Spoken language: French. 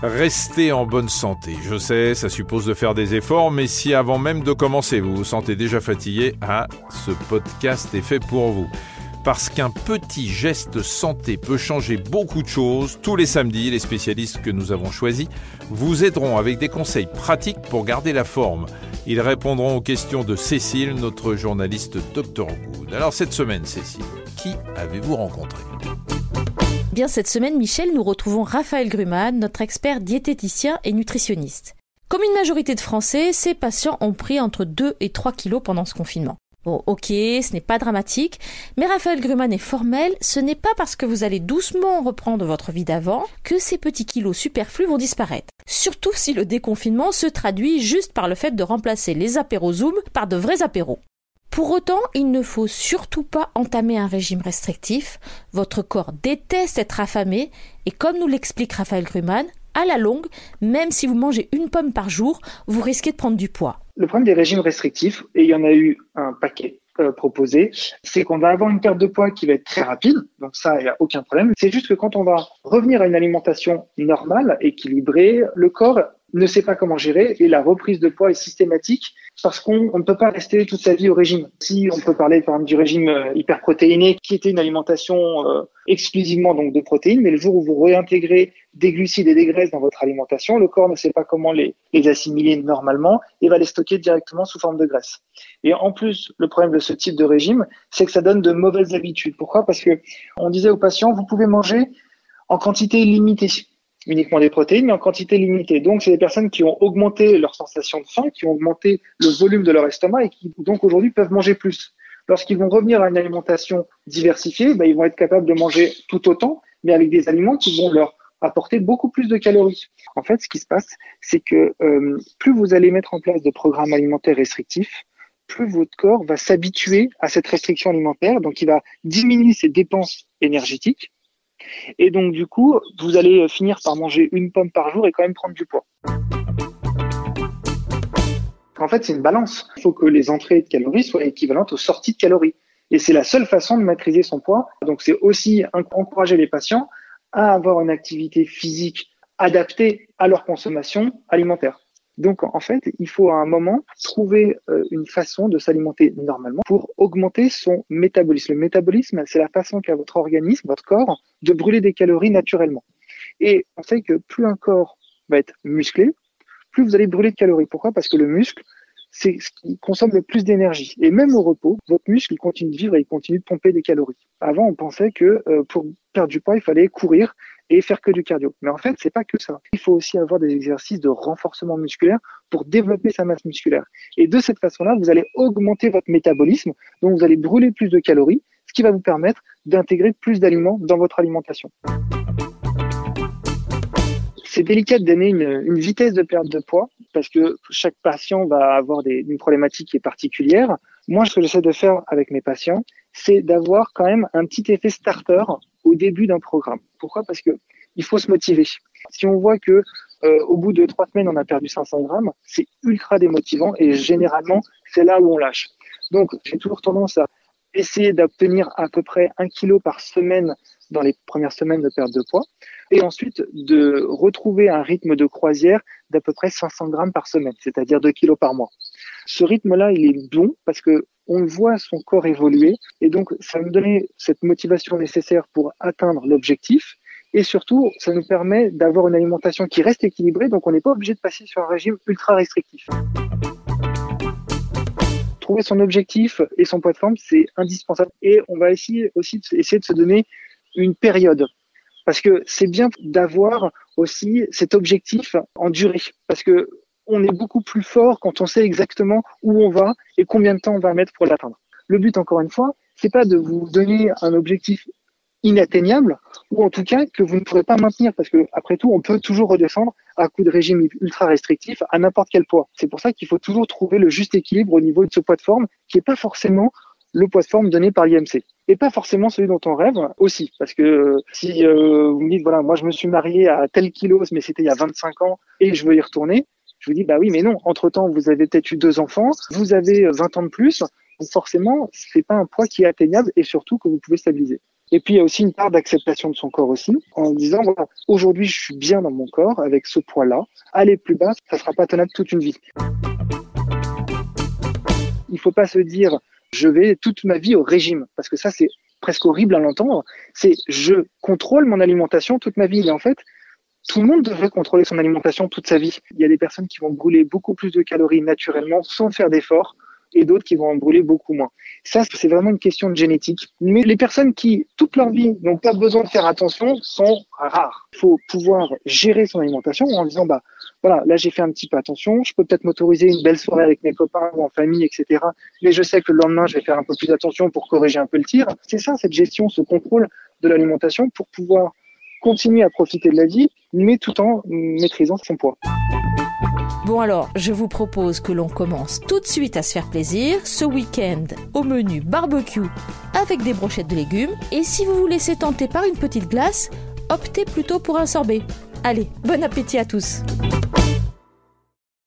Restez en bonne santé. Je sais, ça suppose de faire des efforts, mais si avant même de commencer, vous vous sentez déjà fatigué, ce podcast est fait pour vous. Parce qu'un petit geste santé peut changer beaucoup de choses. Tous les samedis, les spécialistes que nous avons choisis vous aideront avec des conseils pratiques pour garder la forme. Ils répondront aux questions de Cécile, notre journaliste Dr Good. Alors cette semaine, Cécile, qui avez-vous rencontré ? Bien, cette semaine, Michel, nous retrouvons Raphaël Gruman, notre expert diététicien et nutritionniste. Comme une majorité de Français, ces patients ont pris entre 2 et 3 kilos pendant ce confinement. Bon, ok, ce n'est pas dramatique, mais Raphaël Gruman est formel, ce n'est pas parce que vous allez doucement reprendre votre vie d'avant que ces petits kilos superflus vont disparaître. Surtout si le déconfinement se traduit juste par le fait de remplacer les apéros Zoom par de vrais apéros. Pour autant, il ne faut surtout pas entamer un régime restrictif. Votre corps déteste être affamé et comme nous l'explique Raphaël Gruman, à la longue, même si vous mangez une pomme par jour, vous risquez de prendre du poids. Le problème des régimes restrictifs, et il y en a eu un paquet proposé, c'est qu'on va avoir une perte de poids qui va être très rapide, donc ça, il n'y a aucun problème. C'est juste que quand on va revenir à une alimentation normale, équilibrée, le corps ne sait pas comment gérer et la reprise de poids est systématique parce qu'on ne peut pas rester toute sa vie au régime. Si on peut parler par exemple du régime hyperprotéiné qui était une alimentation exclusivement donc de protéines, mais le jour où vous réintégrez des glucides et des graisses dans votre alimentation, le corps ne sait pas comment les assimiler normalement et va les stocker directement sous forme de graisse. Et en plus, le problème de ce type de régime, c'est que ça donne de mauvaises habitudes. Pourquoi ? Parce que on disait aux patients, vous pouvez manger en quantité limitée. Uniquement des protéines, mais en quantité limitée. Donc, c'est des personnes qui ont augmenté leur sensation de faim, qui ont augmenté le volume de leur estomac et qui, donc, aujourd'hui, peuvent manger plus. Lorsqu'ils vont revenir à une alimentation diversifiée, ils vont être capables de manger tout autant, mais avec des aliments qui vont leur apporter beaucoup plus de calories. En fait, ce qui se passe, c'est que plus vous allez mettre en place de programmes alimentaires restrictifs, plus votre corps va s'habituer à cette restriction alimentaire, donc il va diminuer ses dépenses énergétiques. Et donc, du coup, vous allez finir par manger une pomme par jour et quand même prendre du poids. En fait, c'est une balance. Il faut que les entrées de calories soient équivalentes aux sorties de calories. Et c'est la seule façon de maîtriser son poids. Donc, c'est aussi encourager les patients à avoir une activité physique adaptée à leur consommation alimentaire. Donc, en fait, il faut à un moment trouver une façon de s'alimenter normalement pour augmenter son métabolisme. Le métabolisme, c'est la façon qu'a votre organisme, votre corps, de brûler des calories naturellement. Et on sait que plus un corps va être musclé, plus vous allez brûler de calories. Pourquoi ? Parce que le muscle, c'est ce qui consomme le plus d'énergie. Et même au repos, votre muscle, il continue de vivre et il continue de pomper des calories. Avant, on pensait que pour perdre du poids, il fallait courir et faire que du cardio. Mais en fait, c'est pas que ça. Il faut aussi avoir des exercices de renforcement musculaire pour développer sa masse musculaire. Et de cette façon-là, vous allez augmenter votre métabolisme, donc vous allez brûler plus de calories, ce qui va vous permettre d'intégrer plus d'aliments dans votre alimentation. C'est délicat de donner une vitesse de perte de poids parce que chaque patient va avoir une problématique qui est particulière. Moi, ce que j'essaie de faire avec mes patients, c'est d'avoir quand même un petit effet starter au début d'un programme. Pourquoi ? Parce que il faut se motiver. Si on voit que au bout de 3 semaines, on a perdu 500 grammes, c'est ultra démotivant et généralement, c'est là où on lâche. Donc, j'ai toujours tendance à essayer d'obtenir à peu près 1 kilo par semaine dans les premières semaines de perte de poids et ensuite de retrouver un rythme de croisière d'à peu près 500 grammes par semaine, c'est-à-dire 2 kilos par mois. Ce rythme-là, il est bon parce que on voit son corps évoluer et donc ça va nous donner cette motivation nécessaire pour atteindre l'objectif et surtout, ça nous permet d'avoir une alimentation qui reste équilibrée, donc on n'est pas obligé de passer sur un régime ultra restrictif. Trouver son objectif et son poids de forme, c'est indispensable et on va essayer aussi de se donner une période. Parce que c'est bien d'avoir aussi cet objectif en durée. Parce que on est beaucoup plus fort quand on sait exactement où on va et combien de temps on va mettre pour l'atteindre. Le but, encore une fois, c'est pas de vous donner un objectif inatteignable ou en tout cas que vous ne pourrez pas maintenir parce que après tout, on peut toujours redescendre à coup de régime ultra restrictif à n'importe quel poids. C'est pour ça qu'il faut toujours trouver le juste équilibre au niveau de ce poids de forme qui est pas forcément le poids de forme donné par l'IMC. Et pas forcément celui dont on rêve aussi. Parce que si vous me dites, voilà, moi je me suis marié à tel kilo, mais c'était il y a 25 ans et je veux y retourner, je vous dis, bah oui, mais non. Entre-temps, vous avez peut-être eu 2 enfants, vous avez 20 ans de plus, donc forcément, c'est pas un poids qui est atteignable et surtout que vous pouvez stabiliser. Et puis il y a aussi une part d'acceptation de son corps aussi, en disant voilà, aujourd'hui je suis bien dans mon corps avec ce poids-là, aller plus bas, ça sera pas tenable toute une vie. Il faut pas se dire je vais toute ma vie au régime, parce que ça c'est presque horrible à l'entendre. C'est je contrôle mon alimentation toute ma vie. Et en fait, tout le monde devrait contrôler son alimentation toute sa vie. Il y a des personnes qui vont brûler beaucoup plus de calories naturellement sans faire d'efforts, et d'autres qui vont en brûler beaucoup moins. Ça, c'est vraiment une question de génétique. Mais les personnes qui, toute leur vie, n'ont pas besoin de faire attention sont rares. Il faut pouvoir gérer son alimentation en disant, voilà, là, j'ai fait un petit peu attention, je peux peut-être m'autoriser une belle soirée avec mes copains ou en famille, etc. Mais je sais que le lendemain, je vais faire un peu plus attention pour corriger un peu le tir. C'est ça, cette gestion, ce contrôle de l'alimentation pour pouvoir continuer à profiter de la vie, mais tout en maîtrisant son poids. Bon alors, je vous propose que l'on commence tout de suite à se faire plaisir. Ce week-end, au menu barbecue avec des brochettes de légumes. Et si vous vous laissez tenter par une petite glace, optez plutôt pour un sorbet. Allez, bon appétit à tous!